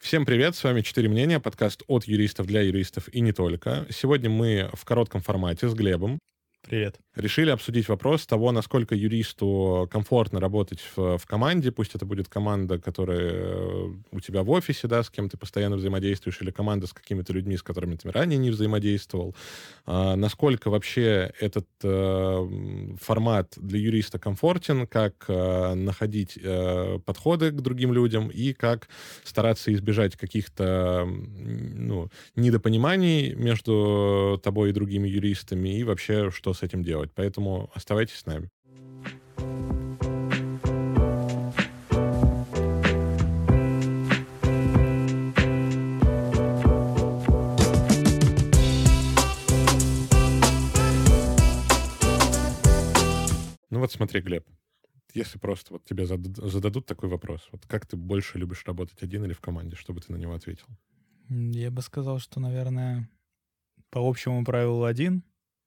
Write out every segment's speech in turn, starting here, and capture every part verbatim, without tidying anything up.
Всем привет, с вами «Четыре мнения», подкаст от юристов для юристов и не только. Сегодня мы в коротком формате с Глебом Привет. решили обсудить вопрос того, насколько юристу комфортно работать в, в команде, пусть это будет команда, которая у тебя в офисе, да, с кем ты постоянно взаимодействуешь, или команда с какими-то людьми, с которыми ты ранее не взаимодействовал. А, насколько вообще этот а, формат для юриста комфортен, как а, находить а, подходы к другим людям и как стараться избежать каких-то ну, недопониманий между тобой и другими юристами, и вообще, что с этим делать. Поэтому оставайтесь с нами. Ну вот смотри, Глеб, если просто вот тебе зададут такой вопрос, вот как ты больше любишь работать один или в команде, что бы ты на него ответил? Я бы сказал, что, наверное, по общему правилу один,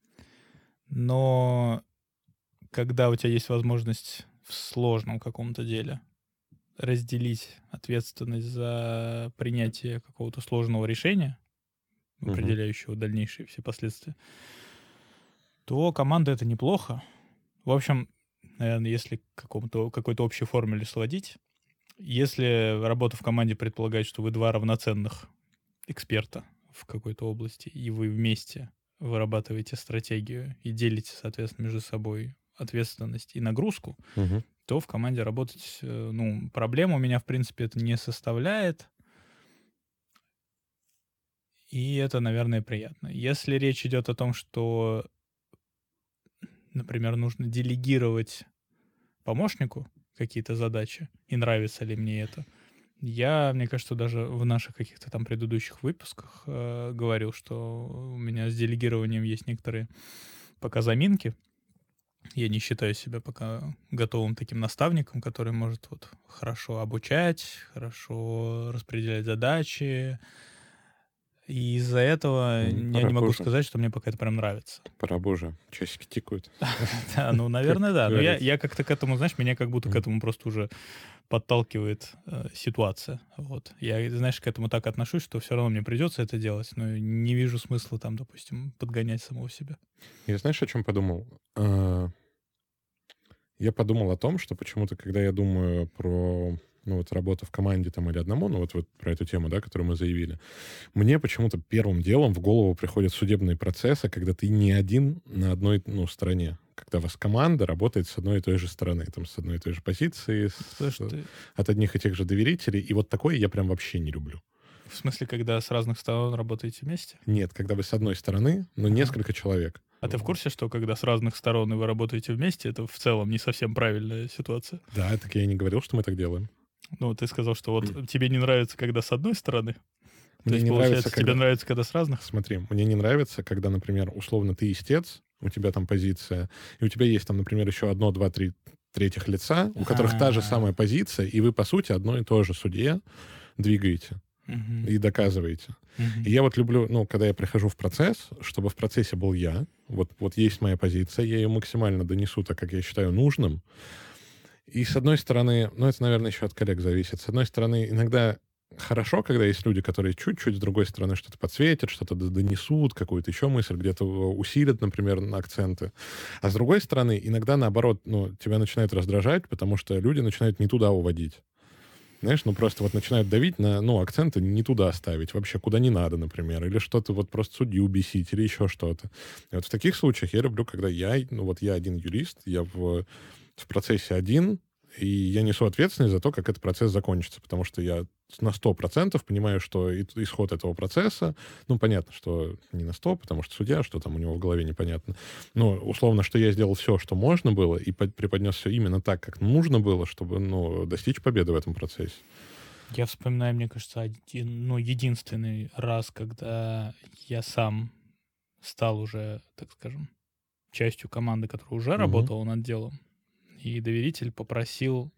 но когда у тебя есть возможность в сложном каком-то деле разделить ответственность за принятие какого-то сложного решения, Мгм. определяющего дальнейшие все последствия, то команда — это неплохо. В общем, наверное, если к какому-то, какой-то общей формуле сводить, если работа в команде предполагает, что вы два равноценных эксперта в какой-то области, и вы вместе вырабатываете стратегию и делите, соответственно, между собой ответственность и нагрузку, Мгм. то в команде работать, э, ну, проблем у меня, в принципе, это не составляет. И это, наверное, приятно. Если речь идет о том, что, например, нужно делегировать помощнику какие-то задачи, и нравится ли мне это, я, мне кажется, даже в наших каких-то там предыдущих выпусках э, говорил, что у меня с делегированием есть некоторые пока заминки. Я не считаю себя пока готовым таким наставником, который может вот хорошо обучать, хорошо распределять задачи. И из-за этого М, я Пора не бы могу уже. сказать, что мне пока это прям нравится. Пора бы уже. Часики тикают, Да, ну, как наверное, да. Но я, говорится. я как-то к этому, знаешь, меня как будто к Мгм. этому просто уже подталкивает э, ситуация. Вот. Я, знаешь, к этому так отношусь, что все равно мне придется это делать, но не вижу смысла там, допустим, подгонять самого себя. Я знаешь, о чем подумал? А, Я подумал о том, что почему-то, когда я думаю про ну, вот работу в команде там или одному, ну, вот, вот про эту тему, да, которую мы заявили, мне почему-то первым делом в голову приходят судебные процессы, когда ты не один на одной, ну, стороне. Когда у вас команда работает с одной и той же стороны, там, с одной и той же позиции, Потому с- что ты- от одних и тех же доверителей. И вот такое я прям вообще не люблю. В смысле, когда с разных сторон работаете вместе? Нет, когда вы с одной стороны, но Ага. несколько человек. А ты в курсе, что когда с разных сторон и вы работаете вместе, это в целом не совсем правильная ситуация? Да, так я и не говорил, что мы так делаем. Ну, ты сказал, что вот тебе не нравится, когда с одной стороны. То Мне есть, не нравится, получается, тебе когда... нравится, когда с разных? Смотри, мне не нравится, когда, например, условно ты истец, у тебя там позиция, и у тебя есть там, например, еще одно, два, три третьих лица, у которых та же самая А, позиция, и вы, по сути, одно и то же судье двигаете мгм, и доказываете. мгм. И я вот люблю, ну, когда я прихожу в процесс, чтобы в процессе был я, вот, вот есть моя позиция, я ее максимально донесу так, как я считаю нужным. И с одной стороны, ну, это, наверное, еще от коллег зависит. С одной стороны, иногда хорошо, когда есть люди, которые чуть-чуть с другой стороны что-то подсветят, что-то д- донесут, какую-то еще мысль, где-то усилят, например, на акценты. А с другой стороны, иногда, наоборот, ну, тебя начинает раздражать, потому что люди начинают не туда уводить. Знаешь, ну просто вот начинают давить на, ну, акценты не туда ставить, вообще куда не надо, например, или что-то вот просто судью бесить, или еще что-то. И вот в таких случаях я люблю, когда я, ну вот я один юрист, я в, в процессе один, и я несу ответственность за то, как этот процесс закончится, потому что я на сто процентов понимаю, что и- исход этого процесса, ну, понятно, что не на сто, потому что судья, что там у него в голове непонятно, но условно, что я сделал все, что можно было, и под- преподнес все именно так, как нужно было, чтобы, ну, достичь победы в этом процессе. Я вспоминаю, мне кажется, один, ну, единственный раз, когда я сам стал уже, так скажем, частью команды, которая уже Мгм. работала над делом, и доверитель попросил...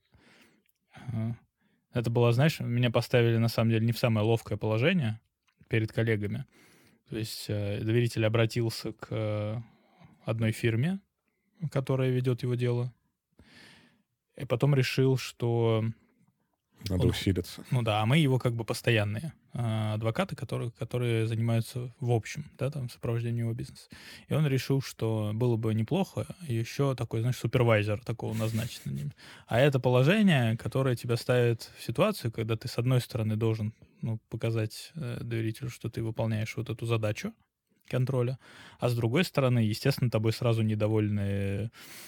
э, Это было, знаешь, меня поставили, на самом деле, не в самое ловкое положение перед коллегами. То есть э, доверитель обратился к э, одной фирме, которая ведет его дело, и потом решил, что Надо Он- усилиться. Ну да, а мы его как бы постоянные а, адвокаты, которые, которые занимаются в общем, да, там, сопровождением его бизнеса. И он решил, что было бы неплохо еще такой, знаешь, супервайзер такого назначить над ним. А это положение, которое тебя ставит в ситуацию, когда ты, с одной стороны, должен ну, показать э, доверителю, что ты выполняешь вот эту задачу контроля, а с другой стороны, естественно, тобой сразу недовольны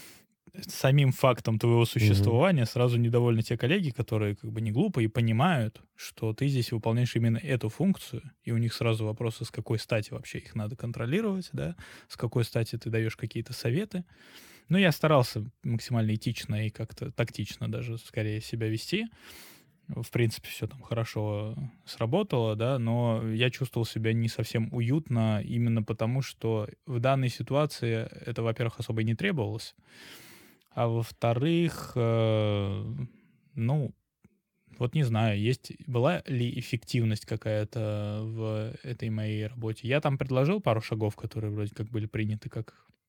самим фактом твоего Мгм. существования, сразу недовольны те коллеги, которые как бы не глупые и понимают, что ты здесь выполняешь именно эту функцию, и у них сразу вопросы, с какой стати вообще их надо контролировать, да, с какой стати ты даешь какие-то советы. Ну, я старался максимально этично и как-то тактично даже скорее себя вести. В принципе, все там хорошо сработало, да, но я чувствовал себя не совсем уютно именно потому, что в данной ситуации это, во-первых, особо и не требовалось, а во-вторых, э, ну, вот не знаю, есть была ли эффективность какая-то в этой моей работе. Я там предложил пару шагов, которые вроде как были приняты как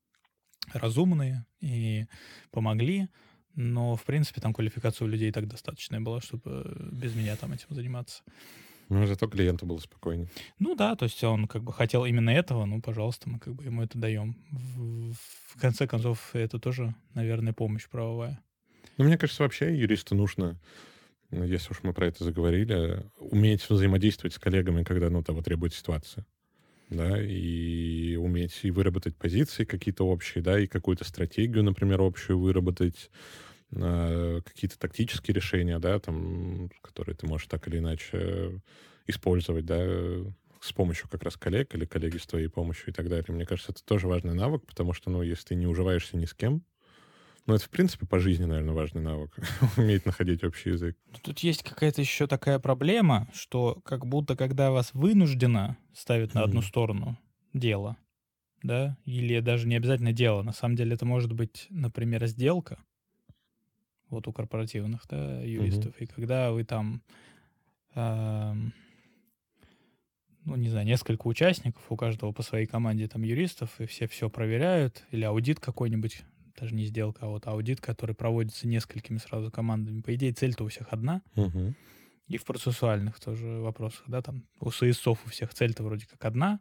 разумные и помогли, но, в принципе, там квалификация у людей и так достаточная была, чтобы без меня там этим заниматься. Ну, зато клиенту было спокойнее. Ну да, то есть он как бы хотел именно этого, ну, пожалуйста, мы как бы ему это даем. В, в конце концов, это тоже, наверное, помощь правовая. Ну, мне кажется, вообще юристу нужно, ну, если уж мы про это заговорили, уметь взаимодействовать с коллегами, когда, ну, того требует ситуация. Да, и уметь и выработать позиции какие-то общие, да, и какую-то стратегию, например, общую выработать, а, какие-то тактические решения, да, там, которые ты можешь так или иначе использовать, да, с помощью как раз коллег или коллеги с твоей помощью и так далее. Мне кажется, это тоже важный навык, потому что, ну, если ты не уживаешься ни с кем, ну, это, в принципе, по жизни, наверное, важный навык. Уметь находить общий язык. Но тут есть какая-то еще такая проблема, что как будто когда вас вынужденно ставят на одну Мгм. сторону дело, да, или даже не обязательно дело, на самом деле это может быть, например, сделка, вот у корпоративных, да, Мгм. юристов, и когда вы там, ам, ну, не знаю, несколько участников, у каждого по своей команде там юристов, и все все проверяют, или аудит какой-нибудь, даже не сделка, а вот аудит, который проводится несколькими сразу командами. По идее, цель-то у всех одна, Мгм. и в процессуальных тоже вопросах, да, там у СИСов у всех цель-то вроде как одна,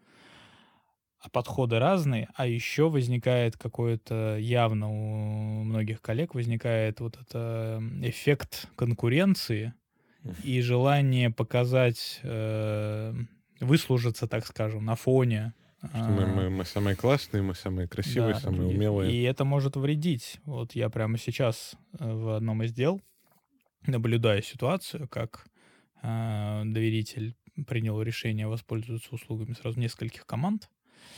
а подходы разные, а еще возникает какой-то, явно у многих коллег возникает вот это м, эффект конкуренции и желание показать, э, выслужиться, так скажем, на фоне. Что мы, а, мы, мы самые классные, мы самые красивые, Да, самые других. умелые. И это может вредить. Вот я прямо сейчас э, в одном из дел наблюдаю ситуацию, как а, доверитель принял решение воспользоваться услугами сразу нескольких команд.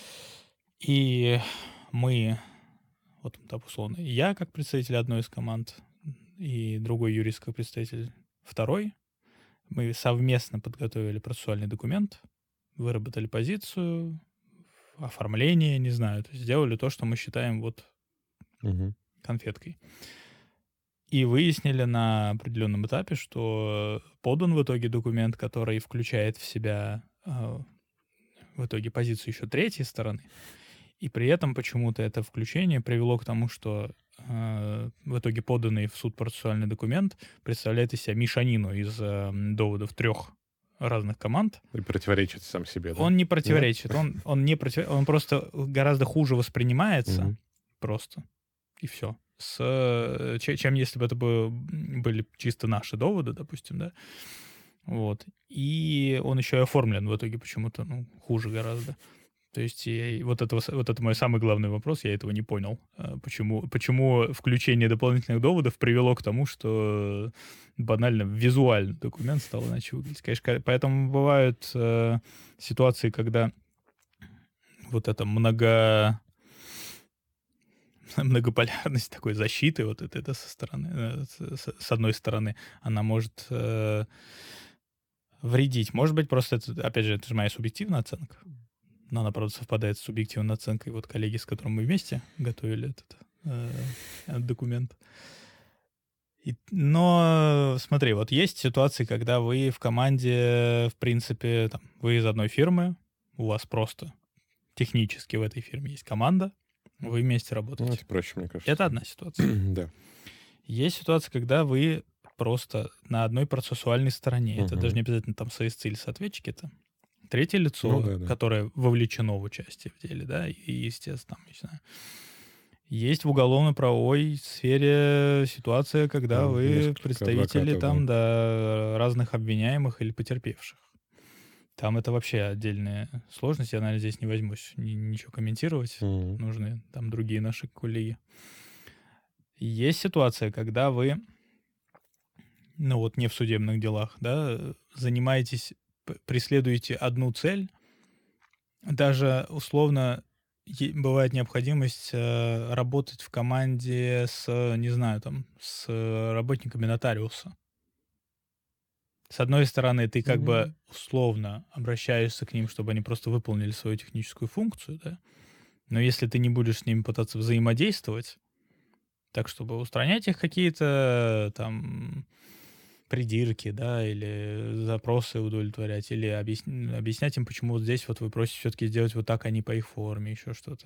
И мы, вот так условно, я как представитель одной из команд и другой юрист как представитель второй, мы совместно подготовили процессуальный документ, выработали позицию, оформление, не знаю, то есть сделали то, что мы считаем вот Мгм. конфеткой. И выяснили на определенном этапе, что подан в итоге документ, который включает в себя а, в итоге позицию еще третьей стороны. И при этом почему-то это включение привело к тому, что э, в итоге поданный в суд процессуальный документ представляет из себя мешанину из э, доводов трех разных команд. И противоречит сам себе, да? Он не Нет? противоречит, он, он, не против... он просто гораздо хуже воспринимается, Мгм. просто, и все. С, э, че- чем если бы это бы были чисто наши доводы, допустим, да. Вот. И он еще и оформлен в итоге почему-то, ну, хуже гораздо. То есть я, вот, это, вот это мой самый главный вопрос, я этого не понял. А Почему, почему включение дополнительных доводов привело к тому, что банально визуально документ стал иначе выглядеть. Конечно, ка- поэтому бывают э, ситуации, когда вот эта много, многополярность такой защиты, вот это, это со стороны, э, с, с- с одной стороны, она может э, вредить. Может быть, просто это, опять же, это же моя субъективная оценка. Но она, правда, совпадает с субъективной оценкой вот коллеги, с которым мы вместе готовили этот, э, этот документ. И- но смотри, вот есть ситуации, когда вы в команде, в принципе, там, вы из одной фирмы, у вас просто технически в этой фирме есть команда, вы вместе Ну, работаете. это проще, мне кажется. Это одна ситуация. Да. Есть ситуация, когда вы просто на одной процессуальной стороне. Это даже Мгм. не обязательно там соисцы или соответчики, это третье Ну лицо, да, да. которое вовлечено в участие в деле, да, и, естественно, там, не знаю, есть в уголовно-правовой сфере ситуация, когда Там вы несколько представители адвокатов, да. там, да, разных обвиняемых или потерпевших. Там это вообще отдельная сложность. Я, наверное, здесь не возьмусь ни- ничего комментировать. Мгм. Нужны там другие наши коллеги. Есть ситуация, когда вы, ну вот не в судебных делах, да, э, занимаетесь, п- преследуете одну цель, даже условно е- бывает необходимость э, работать в команде с, э, не знаю, там, с э, работниками нотариуса. С одной стороны, ты как бы Мгм. условно обращаешься к ним, чтобы они просто выполнили свою техническую функцию, да, но если ты не будешь с ними пытаться взаимодействовать, так, чтобы устранять их какие-то там придирки, да, или запросы удовлетворять, или объясн- объяснять им, почему вот здесь вот вы просите все-таки сделать вот так, а не по их форме, еще что-то.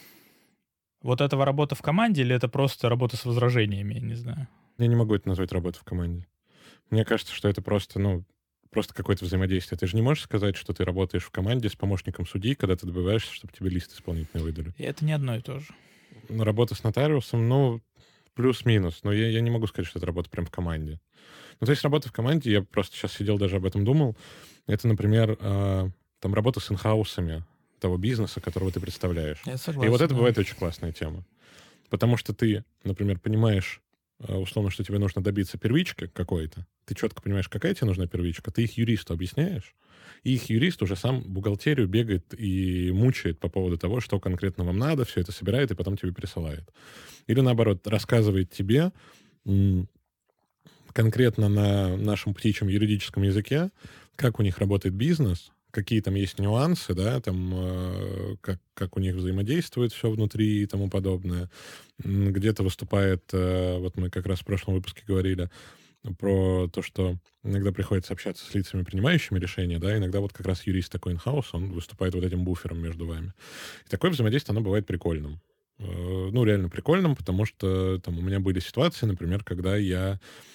Вот этого работа в команде или это просто работа с возражениями, я не знаю. Я не могу это назвать работой в команде. Мне кажется, что это просто, ну, просто какое-то взаимодействие. Ты же не можешь сказать, что ты работаешь в команде с помощником судьи, когда ты добиваешься, чтобы тебе лист исполнительный выдали. И это не одно и то же. Ну, работа с нотариусом, ну, плюс-минус. Но я, я не могу сказать, что это работа прям в команде. Ну, то есть работа в команде, я просто сейчас сидел, даже об этом думал. Это, например, а, там работа с инхаусами того бизнеса, которого ты представляешь. Я И вот согласен, это да. бывает очень классная тема. Потому что ты, например, понимаешь, э, условно, что тебе нужно добиться первички какой-то. Ты четко понимаешь, какая тебе нужна первичка. Ты их юристу объясняешь. И их юрист уже сам бухгалтерию бегает и мучает по поводу того, что конкретно вам надо, все это собирает и потом тебе присылает. Или, наоборот, рассказывает тебе м, конкретно на нашем птичьем юридическом языке, как у них работает бизнес, какие там есть нюансы, да, там, э, как, как у них взаимодействует все внутри и тому подобное. М, Где-то выступает, э, вот мы как раз в прошлом выпуске говорили про то, что иногда приходится общаться с лицами, принимающими решения, да, иногда вот как раз юрист такой in-house, он выступает вот этим буфером между вами. И такое взаимодействие, оно бывает прикольным. Э, Ну, реально прикольным, потому что там у меня были ситуации, например, когда я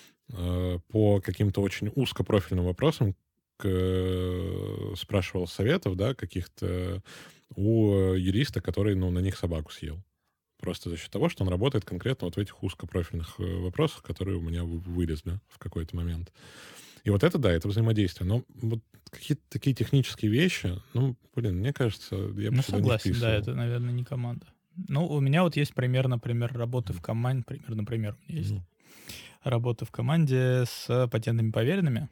э, по каким-то очень узкопрофильным вопросам к- э, спрашивал советов, да, каких-то у э, юриста, который, ну, на них собаку съел. Просто за счет того, что он работает конкретно вот в этих узкопрофильных э, вопросах, которые у меня вы- вылезли в какой-то момент. И вот это, да, это взаимодействие. Но вот какие-то такие технические вещи, ну, блин, мне кажется, я бы Ну, сюда не согласен, да, вписывал. это, наверное, не команда. Ну, у меня вот есть пример, например, работы в команде, пример, например, у меня есть Ну, работа в команде с патентными поверенными,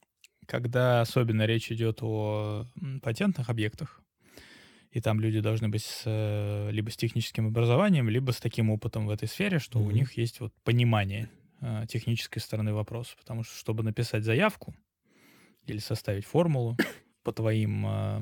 когда особенно речь идет о м, патентных объектах, и там люди должны быть с, э, либо с техническим образованием, либо с таким опытом в этой сфере, что у мгм. них есть вот понимание э, технической стороны вопроса. Потому что, чтобы написать заявку или составить формулу по твоим, э,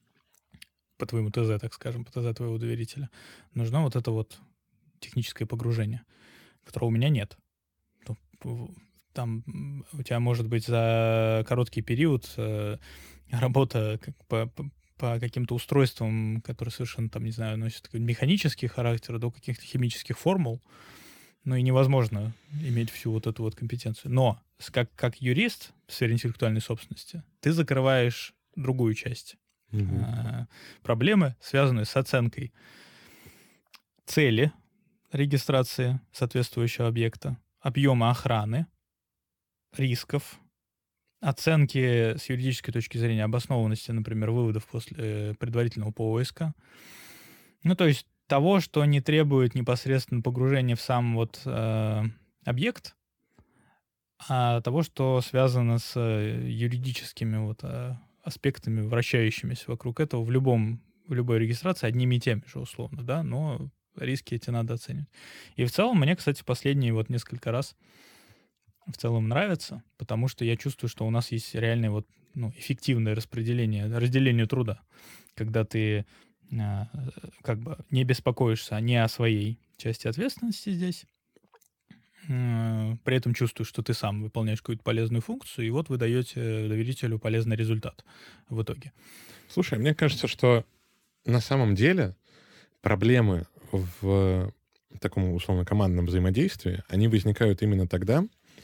по твоему ТЗ, так скажем, по ТЗ твоего доверителя, нужно вот это вот техническое погружение, которого у меня нет. Ну, п- Там м, у тебя может быть за короткий период э, работа как по, по, по каким-то устройствам, которые совершенно там, не знаю, носят такой механический характер, до каких-то химических формул, ну и невозможно иметь всю вот эту вот компетенцию. Но с- как, как юрист в сфере интеллектуальной собственности ты закрываешь другую часть Мгм. а, проблемы, связанные с оценкой цели регистрации соответствующего объекта, объема охраны, рисков, оценки с юридической точки зрения обоснованности, например, выводов после э, предварительного поиска. Ну, то есть того, что не требует непосредственно погружения в сам вот э, объект, а того, что связано с э, юридическими вот э, аспектами, вращающимися вокруг этого в любом в любой регистрации одними и теми же условно, да, но риски эти надо оценивать. И в целом мне, кстати, последние вот несколько раз в целом нравится, потому что я чувствую, что у нас есть реальное вот, ну, эффективное распределение, разделение труда, когда ты а, э, как бы не беспокоишься не о своей части ответственности здесь, м, при этом чувствуешь, что ты сам выполняешь какую-то полезную функцию, и вот вы даете доверителю полезный результат в итоге. Слушай, мне кажется, что на самом деле проблемы в таком условно командном взаимодействии, они возникают именно тогда,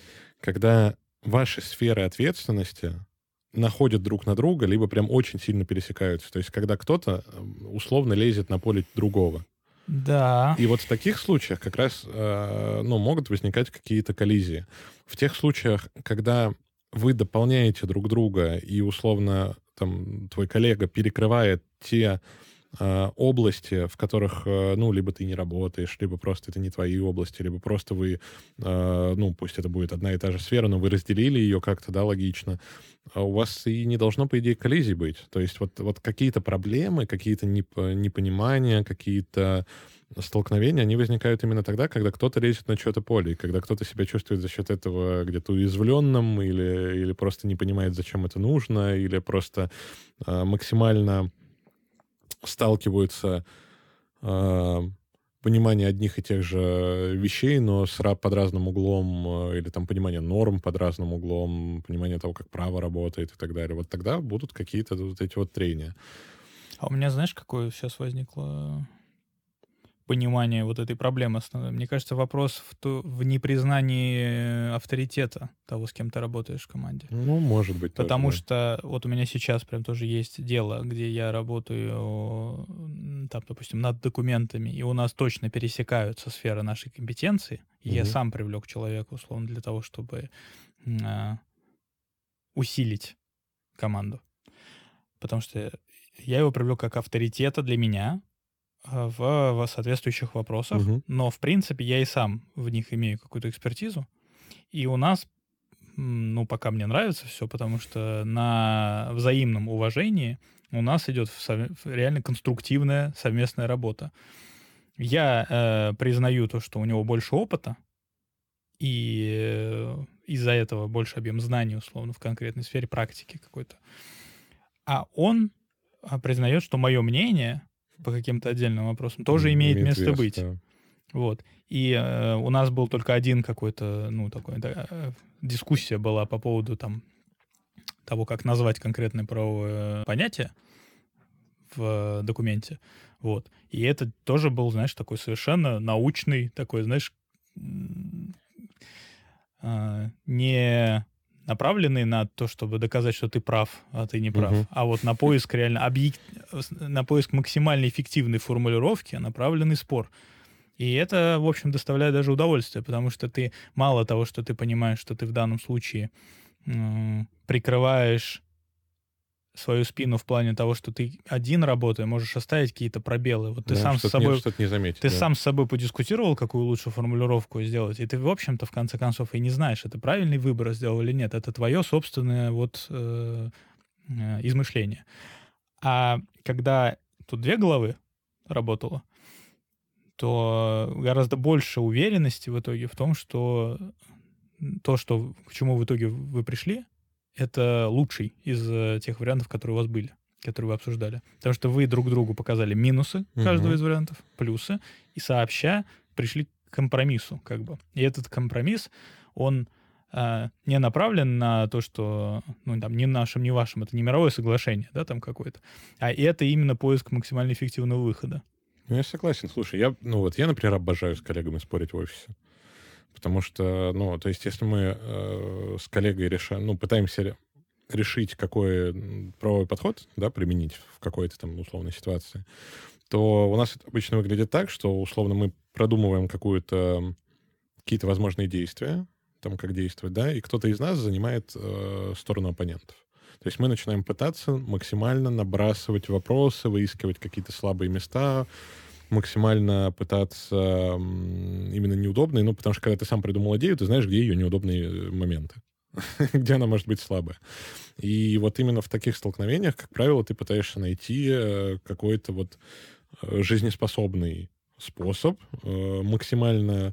когда ваши сферы ответственности находят друг на друга, либо прям очень сильно пересекаются. То есть когда кто-то условно лезет на поле другого. Да. И вот в таких случаях как раз э, ну, могут возникать какие-то коллизии. В тех случаях, когда вы дополняете друг друга, и условно там твой коллега перекрывает те э, области, в которых, э, ну, либо ты не работаешь, либо просто это не твои области, либо просто вы, э, ну, пусть это будет одна и та же сфера, но вы разделили ее как-то, да, логично, а у вас и не должно, по идее, коллизий быть. То есть вот, вот какие-то проблемы, какие-то неп- непонимания, какие-то столкновения, они возникают именно тогда, когда кто-то лезет на чье-то поле, и когда кто-то себя чувствует за счет этого где-то уязвленным, или, или просто не понимает, зачем это нужно, или просто э, максимально сталкиваются э, понимание одних и тех же вещей, но с, ра- под разным углом, э, или там понимание норм под разным углом, понимание того, как право работает и так далее. Вот тогда будут какие-то вот эти вот трения. А у меня, знаешь, какое сейчас возникло понимание вот этой проблемы основной? Мне кажется, вопрос в, то, в непризнании авторитета того, с кем ты работаешь в команде. Ну, может быть, тоже, Потому да. что вот у меня сейчас прям тоже есть дело, где я работаю, м, там, допустим, над документами, и у нас точно пересекаются сферы нашей компетенции. И я Мгм. сам привлек человека, условно, для того, чтобы м, а, усилить команду. Потому что я его привлек как авторитета для меня а, в, в соответствующих вопросах. Мгм. Но, в принципе, я и сам в них имею какую-то экспертизу. И у нас, м, ну, пока мне нравится все, потому что на взаимном уважении у нас идет сове- реально конструктивная совместная работа. Я э, признаю то, что у него больше опыта, и э, из-за этого больше объем знаний, условно, в конкретной сфере практики какой-то. А он а, признает, что мое мнение по каким-то отдельным вопросам тоже М, имеет Имеет место вес, быть. да. Вот. И э, у нас был только один какой-то, ну, такой, да, э, дискуссия была по поводу там того, как назвать конкретное правовое понятие в документе. Вот. И это тоже был, знаешь, такой совершенно научный, такой, знаешь, м, а, не направленный на то, чтобы доказать, что ты прав, а ты не прав, Мгм. а вот на поиск реально объект... на поиск максимально эффективной формулировки, направленный спор. И это, в общем, доставляет даже удовольствие, потому что ты мало того, что ты понимаешь, что ты в данном случае м, прикрываешь свою спину в плане того, что ты один работая, можешь оставить какие-то пробелы. Вот ты Да, сам с что-то не, собой, что-то не заметить, ты да. сам с собой подискутировал, какую лучше формулировку сделать, и ты, в общем-то, в конце концов и не знаешь, это правильный выбор сделал или нет. Это твое собственное вот э, э, измышление. А когда тут две головы работало, то гораздо больше уверенности в итоге в том, что то, что, к чему в итоге вы пришли, это лучший из э, тех вариантов, которые у вас были, которые вы обсуждали. Потому что вы друг другу показали минусы каждого Мгм. из вариантов, плюсы, и сообща пришли к компромиссу, как бы. И этот компромисс, он а, не направлен на то, что, ну, там, ни нашим, ни вашим, это не мировое соглашение, да, там какое-то, а это именно поиск максимально эффективного выхода. Ну, я согласен. Слушай, я, ну вот я, например, обожаю с коллегами спорить в офисе. Потому что, ну, то есть, если мы э, с коллегой решаем, ну, пытаемся ре- решить, какой м, правовой подход, да, применить в какой-то там условной ситуации, то у нас это обычно выглядит так, что, условно, мы продумываем какую-то, какие-то возможные действия, там, как действовать, да, и кто-то из нас занимает э, сторону оппонентов. То есть мы начинаем пытаться максимально набрасывать вопросы, выискивать какие-то слабые места, максимально пытаться м, именно неудобные, ну, потому что когда ты сам придумал идею, ты знаешь, где ее неудобные э, моменты, где она может быть слабая. И вот именно в таких столкновениях, как правило, ты пытаешься найти э, какой-то вот э, жизнеспособный способ э, максимально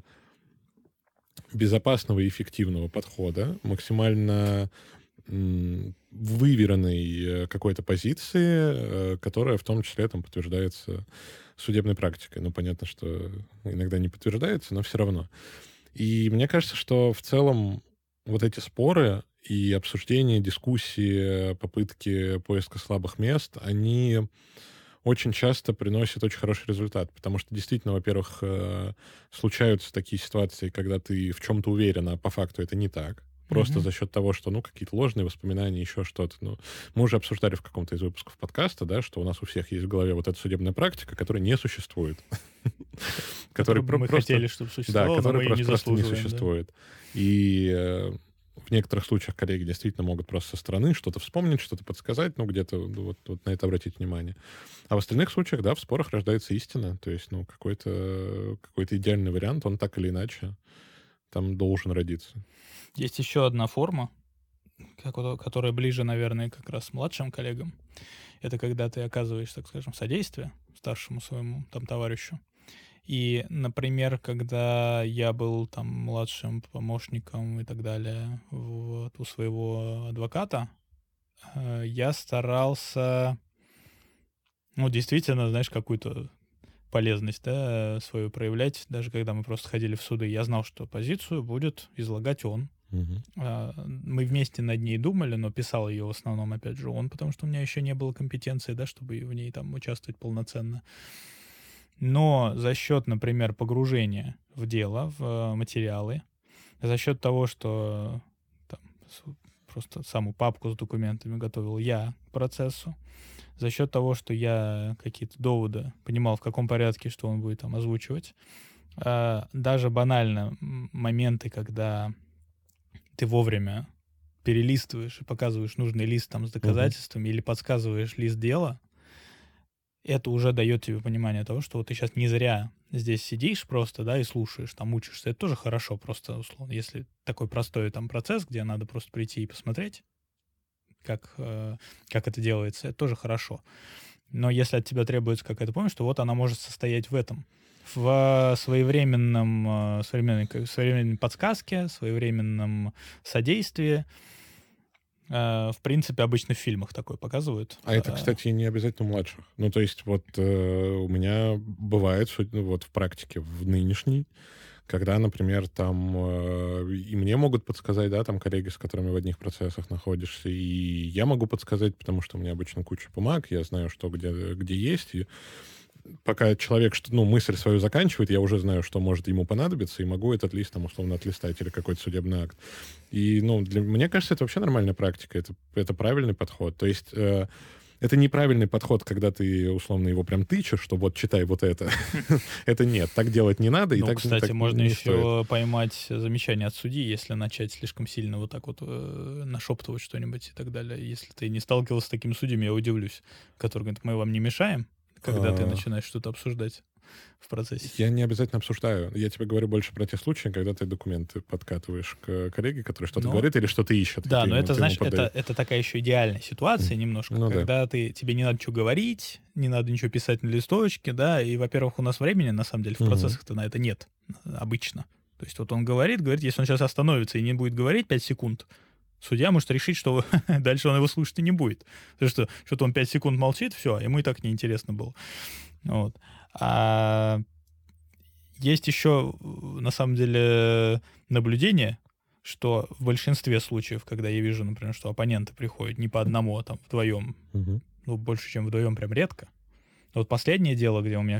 безопасного и эффективного подхода, максимально м, выверенной э, какой-то позиции, э, которая в том числе там подтверждается судебной практикой. Ну, понятно, что иногда не подтверждается, но все равно. И мне кажется, что в целом вот эти споры и обсуждения, дискуссии, попытки поиска слабых мест, они очень часто приносят очень хороший результат. Потому что действительно, во-первых, э, случаются такие ситуации, когда ты в чем-то уверен, а по факту это не так. просто Мгм. за счет того, что, ну, какие-то ложные воспоминания, еще что-то. Ну, мы уже обсуждали в каком-то из выпусков подкаста, да, что у нас у всех есть в голове вот эта судебная практика, которая не существует. Который Которую бы про- мы просто... хотели, чтобы Да, существовало, но который мы ее не просто, просто не заслуживаем, да. существует. И э, в некоторых случаях коллеги действительно могут просто со стороны что-то вспомнить, что-то подсказать, ну, где-то вот, вот на это обратить внимание. А в остальных случаях, да, в спорах рождается истина. То есть, ну, какой-то какой-то идеальный вариант, он так или иначе там должен родиться. Есть еще одна форма, как вот- которая ближе, наверное, как раз младшим коллегам. Это когда ты оказываешь, так скажем, содействие старшему своему там товарищу. И, например, когда я был там младшим помощником и так далее вот, у своего адвоката, э, я старался, ну, действительно, знаешь, какую-то полезность, да, свою проявлять, даже когда мы просто ходили в суды. Я знал, что позицию будет излагать он. Мгм. А, Мы вместе над ней думали, но писал ее в основном, опять же, он, потому что у меня еще не было компетенции, да, чтобы в ней там участвовать полноценно. Но за счет, например, погружения в дело, в э, материалы, за счет того, что там, с- просто саму папку с документами готовил я к процессу, за счет того, что я какие-то доводы понимал, в каком порядке, что он будет там озвучивать, а, даже банально м, моменты, когда ты вовремя перелистываешь и показываешь нужный лист там с Мгм. доказательствами или подсказываешь лист дела, это уже дает тебе понимание того, что вот ты сейчас не зря здесь сидишь просто, да, и слушаешь, там учишься. Это тоже хорошо, просто, условно, если такой простой там процесс, где надо просто прийти и посмотреть, как, э, как это делается, это тоже хорошо. Но если от тебя требуется какая-то помощь, то вот она может состоять в этом. В своевременном, э, своевременной, как- своевременной подсказке, своевременном содействии. Э, В принципе, обычно в фильмах такое показывают. А это, Э, кстати, не обязательно у младших. Ну, то есть вот э, у меня бывает суть- ну, вот в практике, в нынешней, когда, например, там э, и мне могут подсказать, да, там коллеги, с которыми в одних процессах находишься, и я могу подсказать, потому что у меня обычно куча бумаг, я знаю, что где, где есть, и пока человек, что, ну, мысль свою заканчивает, я уже знаю, что может ему понадобиться, и могу этот лист там условно отлистать или какой-то судебный акт. И, ну, для, мне кажется, это вообще нормальная практика, это, это правильный подход. То есть э, это неправильный подход, когда ты условно его прям тычешь, что вот читай вот это. Это нет, так делать не надо, и Ну, так кстати, так можно не стоит. еще поймать замечание от судьи, если начать слишком сильно вот так вот э, нашептывать что-нибудь и так далее. Если ты не сталкивался с такими судьями, я удивлюсь, которые говорят, мы вам не мешаем, когда ты А, начинаешь что-то обсуждать в процессе. Я не обязательно обсуждаю. Я тебе говорю больше про те случаи, когда ты документы подкатываешь к коллеге, который что-то Но, говорит или что-то ищет, и да, ты но ему, это, ты ему знаешь, это, подаешь. это такая еще идеальная ситуация М. немножко, Ну да. когда ты, тебе не надо ничего говорить, не надо ничего писать на листочке, да, и, во-первых, у нас времени, на самом деле, в Мгм. процессах-то на это нет э, обычно. То есть вот он говорит, говорит, если он сейчас остановится и не будет говорить пять секунд, судья может решить, что дальше он его слушать и не будет. Потому что что-то он пять секунд молчит, все, ему и так неинтересно было. Вот. А есть еще, на самом деле, наблюдение, что в большинстве случаев, когда я вижу, например, что оппоненты приходят не по одному, а там вдвоем, Мгм. ну, больше, чем вдвоем, прям редко. Но вот последнее дело, где у меня...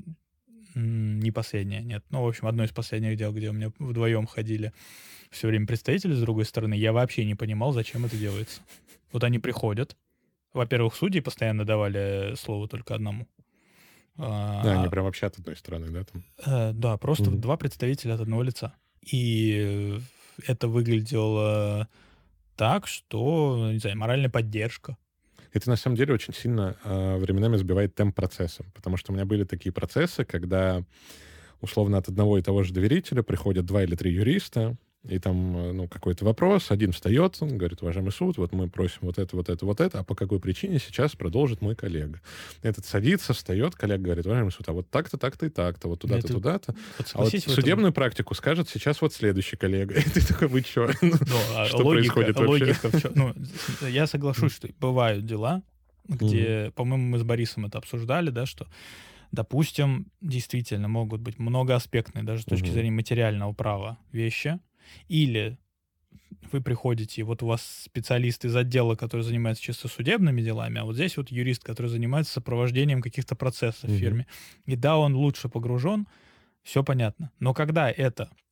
м, Не последнее, нет. Ну, в общем, одно из последних дел, где у меня вдвоем ходили все время представители с другой стороны, я вообще не понимал, зачем это делается. Вот они приходят. Во-первых, судьи постоянно давали слово только одному. Да, они А, прям вообще от одной стороны, да, там. э, да, просто Мгм. два представителя от одного лица. И э, это выглядело так, что, не знаю, моральная поддержка. Это на самом деле очень сильно а, временами сбивает темп процесса, потому что у меня были такие процессы, когда условно от одного и того же доверителя приходят два или три юриста, и там, э, ну, какой-то вопрос, один встает, он говорит, уважаемый суд, вот мы просим вот это, вот это, вот это, а по какой причине сейчас продолжит мой коллега. Этот садится, встает, коллега говорит, уважаемый суд, а вот так-то, так-то и так-то, вот туда-то, Это, туда-то. вот А вот согласись, в этом... судебную практику скажет сейчас вот следующий коллега. И ты такой, вы чё? Ну, Ну, а Что логика, происходит вообще? логика в чём? Ну, с- я соглашусь, что бывают дела, Мгм. где, по-моему, мы с Борисом это обсуждали, да, что, допустим, действительно могут быть многоаспектные, даже с точки Мгм. зрения материального права вещи, или вы приходите, и вот у вас специалист из отдела, который занимается чисто судебными делами, а вот здесь вот юрист, который занимается сопровождением каких-то процессов в Мгм. фирме. И да, он лучше погружен, все понятно. Но когда это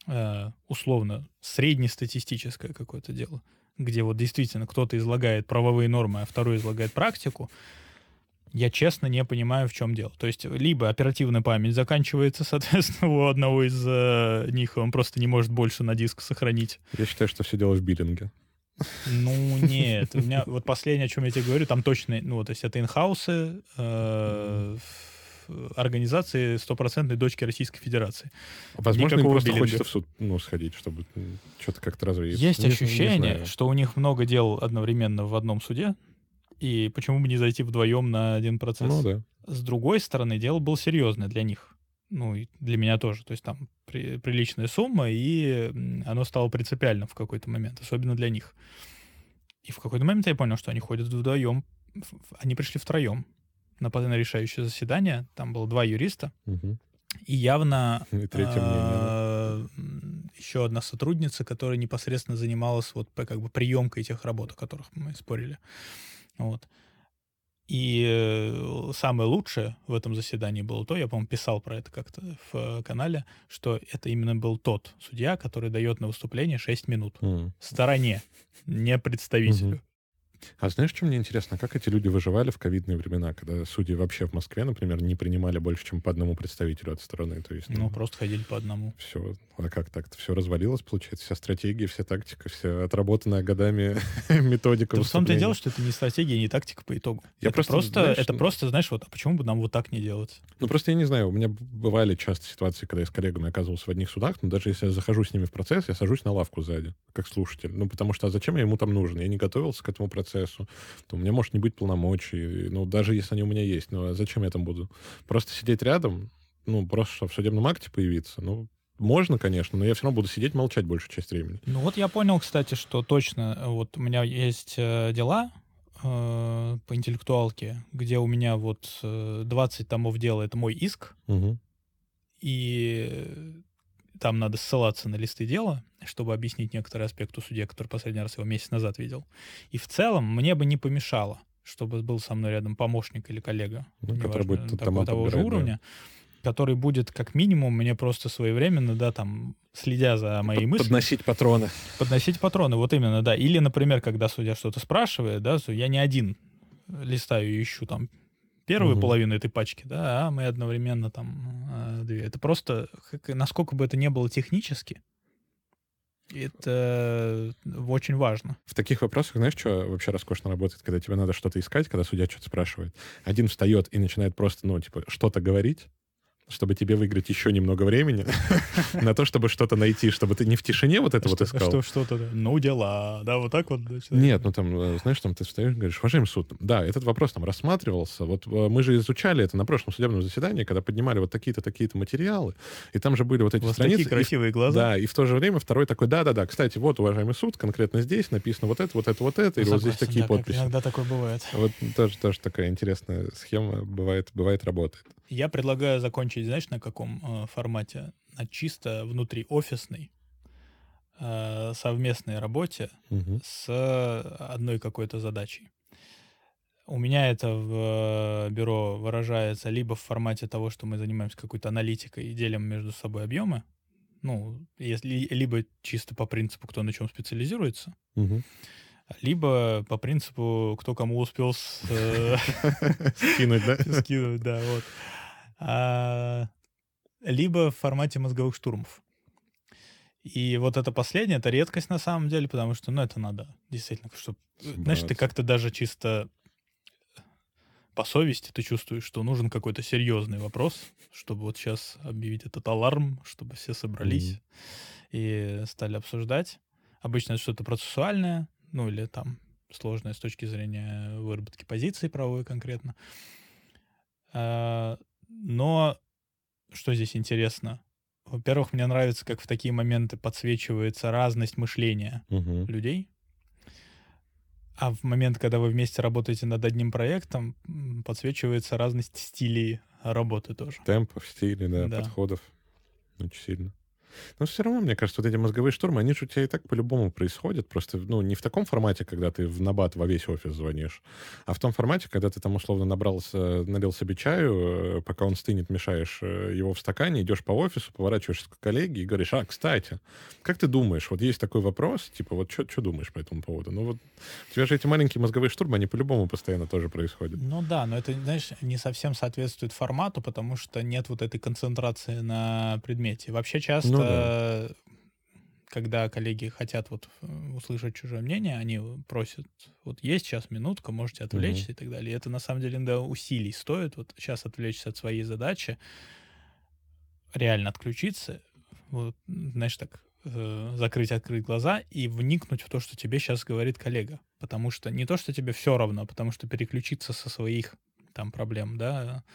э, условно среднестатистическое какое-то дело, где вот действительно кто-то излагает правовые нормы, а второй излагает практику, я честно не понимаю, в чем дело. То есть либо оперативная память заканчивается, соответственно, у одного из э, них, он просто не может больше на диск сохранить. Я считаю, что все дело в биллинге. Ну, нет. У меня вот последнее, о чем я тебе говорю, там точно, ну, то есть это инхаусы, э, организации стопроцентной дочки Российской Федерации. Возможно, им Никакого просто биллинга. хочется в суд, ну, сходить, чтобы м, что-то как-то развеяться. Есть Не- не ощущение, знаю. что у них много дел одновременно в одном суде, и почему бы не зайти вдвоем на один процесс? Ну да. С другой стороны, дело было серьезное для них. Ну, и для меня тоже. То есть там при- приличная сумма, и м, оно стало принципиальным в какой-то момент, особенно для них. И в какой-то момент я понял, что они ходят вдвоем. Ф- ф- Они пришли втроем на, по- на решающее заседание. Там было два юриста. Мгм. И явно И третье мнение, да. а, м, еще одна сотрудница, которая непосредственно занималась вот по- как бы приемкой этих работ, о которых мы спорили. Вот. И э, самое лучшее в этом заседании было то, я, по-моему, писал про это как-то в э, канале, что это именно был тот судья, который дает на выступление шесть минут. М. Стороне, не представителю. Мгм. А знаешь, что мне интересно? Как эти люди выживали в ковидные времена, когда судьи вообще в Москве, например, не принимали больше, чем по одному представителю от стороны? То есть, Ну, ну, просто ходили по одному. все, а как так-то? Все развалилось, получается? Вся стратегия, вся тактика, вся отработанная годами методика Да в том-то и выступления. дело, что это не стратегия, не тактика по итогу. Я это просто, просто, знаешь, это ну- просто, знаешь, вот, а почему бы нам вот так не делать? Ну, просто я не знаю, у меня б- бывали часто ситуации, когда я с коллегами оказывался в одних судах, но даже если я захожу с ними в процесс, я сажусь на лавку сзади, как слушатель. Ну, потому что а зачем я ему там нужен? Я не готовился к этому процессу, то у меня может не быть полномочий, ну, даже если они у меня есть, ну, а зачем я там буду? Просто сидеть рядом, ну, просто чтобы в судебном акте появиться, ну, можно, конечно, но я все равно буду сидеть, молчать большую часть времени. Ну вот я понял, кстати, что точно, э, вот у меня есть э, дела э, по интеллектуалке, где у меня вот э, двадцать томов дела — это мой иск, Мгм. и э, там надо ссылаться на листы дела, чтобы объяснить некоторые аспекты судья, который последний раз его месяц назад видел. И в целом мне бы не помешало, чтобы был со мной рядом помощник или коллега, Ну, который неважно, будет такого, тома того же подбирать, да. уровня, который будет как минимум мне просто своевременно, да, там, следя за моей мыслью, Подносить патроны. подносить патроны, вот именно, да. Или, например, когда судья что-то спрашивает, да, то я не один листаю и ищу там первую Мгм. половину этой пачки, да, а мы одновременно там э, две. Это просто, как- насколько бы это ни было технически, это очень важно. В таких вопросах, знаешь, что вообще роскошно работает, когда тебе надо что-то искать, когда судья что-то спрашивает. Один встает и начинает просто, ну, типа, что-то говорить, чтобы тебе выиграть еще немного времени на то, чтобы что-то найти, чтобы ты не в тишине вот это вот Что- искал. Что, что-то, да. Ну, дела, да, вот так вот. да, человек. Нет, ну там, э, знаешь, там ты встаешь и говоришь, уважаемый суд, да, этот вопрос там рассматривался, вот э, мы же изучали это на прошлом судебном заседании, когда поднимали вот такие-то, такие-то материалы, и там же были вот эти У вас страницы. такие и в- красивые глаза. Да, и в то же время второй такой, да-да-да, кстати, вот, уважаемый суд, конкретно здесь написано вот это, вот это, вот это, или вот здесь Согласен, такие да, как подписи. иногда такое бывает. Вот тоже, тоже такая интересная схема, бывает, бывает работает. Я предлагаю закончить, знаешь, на каком э, формате? На чисто внутриофисной э, совместной работе Мгм. с одной какой-то задачей. У меня это в э, бюро выражается либо в формате того, что мы занимаемся какой-то аналитикой и делим между собой объемы, ну, если, либо чисто по принципу, кто на чем специализируется, Мгм. либо по принципу, кто кому успел с, э, Скинуть, да? скинуть, да, вот. А, либо в формате мозговых штурмов. И вот это последнее, это редкость на самом деле, потому что, ну, это надо действительно, чтобы, знаешь, ты Собраться. как-то даже чисто по совести ты чувствуешь, что нужен какой-то серьезный вопрос, чтобы вот сейчас объявить этот аларм, чтобы все собрались Мгм. и стали обсуждать. Обычно это что-то процессуальное, ну, или там сложное с точки зрения выработки позиции правовой конкретно. А, Но что здесь интересно? Во-первых, мне нравится, как в такие моменты подсвечивается разность мышления Мгм. людей. А в момент, когда вы вместе работаете над одним проектом, м, подсвечивается разность стилей работы тоже. Темпов, стилей, да, Да. подходов. Очень сильно. Но все равно, мне кажется, вот эти мозговые штурмы, они же у тебя и так по-любому происходят. Просто, ну, не в таком формате, когда ты в набат во весь офис звонишь, а в том формате, когда ты там условно набрался, налил себе чаю, пока он стынет, мешаешь его в стакане, идешь по офису, поворачиваешься к коллеге и говоришь: а, кстати, как ты думаешь, вот есть такой вопрос, типа, вот что думаешь по этому поводу? Ну вот у тебя же эти маленькие мозговые штурмы, они по-любому постоянно тоже происходят. Ну да, но это, знаешь, не совсем соответствует формату, потому что нет вот этой концентрации на предмете. Вообще часто, Ну да. когда коллеги хотят вот услышать чужое мнение, они просят: вот есть сейчас минутка, можете отвлечься Мгм. и так далее. И это на самом деле иногда усилий стоит. Вот сейчас отвлечься от своей задачи, реально отключиться, вот, знаешь, так э, закрыть, открыть глаза и вникнуть в то, что тебе сейчас говорит коллега. Потому что не то, что тебе все равно, а потому что переключиться со своих там проблем, да,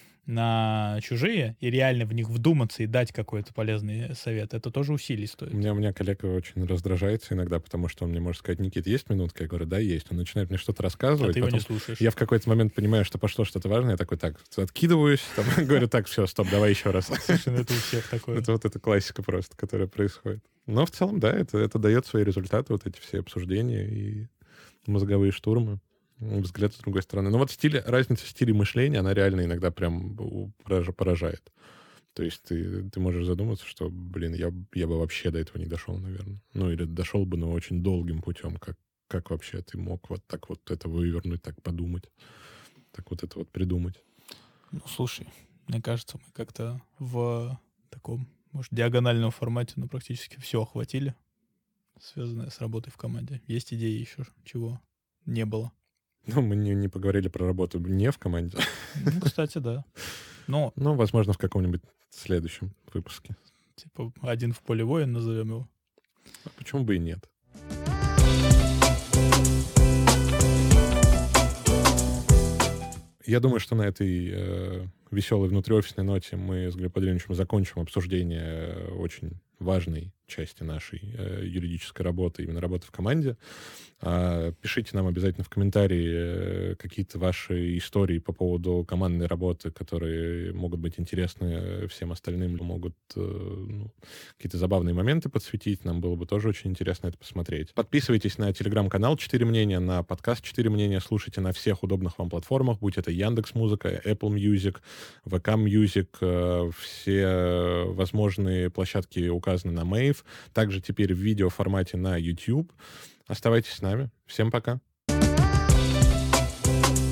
на чужие и реально в них вдуматься и дать какой-то полезный совет, это тоже усилий У стоит. меня, у меня коллега очень раздражается иногда, потому что он мне может сказать: Никит, есть минутка? Я говорю: да, есть. Он начинает мне что-то А рассказывать, ты его не потом слушаешь. я в какой-то момент понимаю, что пошло что-то важное, я такой: так, откидываюсь, там, говорю: так, все, стоп, давай еще раз. Слушай, ну это у всех такое. Это вот эта классика просто, которая происходит. Но в целом, да, это, это дает свои результаты, вот эти все обсуждения и мозговые штурмы, взгляд с другой стороны. Но вот стиль, разница стиля мышления, она реально иногда прям у- пораж- поражает. То есть ты, ты можешь задуматься, что, блин, я, я бы вообще до этого не дошел, наверное. Ну, или дошел бы, но очень долгим путем. Как, как вообще ты мог вот так вот это вывернуть, так подумать, так вот это вот придумать? Ну, слушай, мне кажется, мы как-то в таком, может, диагональном формате, ну, практически все охватили, связанное с работой в команде. Есть идеи еще, чего не было? Ну, мы не, не поговорили про работу не в команде. Ну, кстати, да. Но, Ну, возможно, в каком-нибудь следующем выпуске. типа, один в поле воин назовем его. А почему бы и нет? Я думаю, что на этой э, веселой внутриофисной ноте мы с Глебом Андреевичем закончим обсуждение э, очень важной части нашей э, юридической работы, именно работы в команде. А, пишите нам обязательно в комментарии э, какие-то ваши истории по поводу командной работы, которые могут быть интересны всем остальным, могут э, ну, какие-то забавные моменты подсветить. Нам было бы тоже очень интересно это посмотреть. Подписывайтесь на телеграм-канал «Четыре мнения», на подкаст «Четыре мнения». Слушайте на всех удобных вам платформах, будь это Яндекс.Музыка, Apple Music, ви кей Music, э, все возможные площадки указаны на Мэйв. Также теперь в видеоформате на YouTube. Оставайтесь с нами. Всем пока.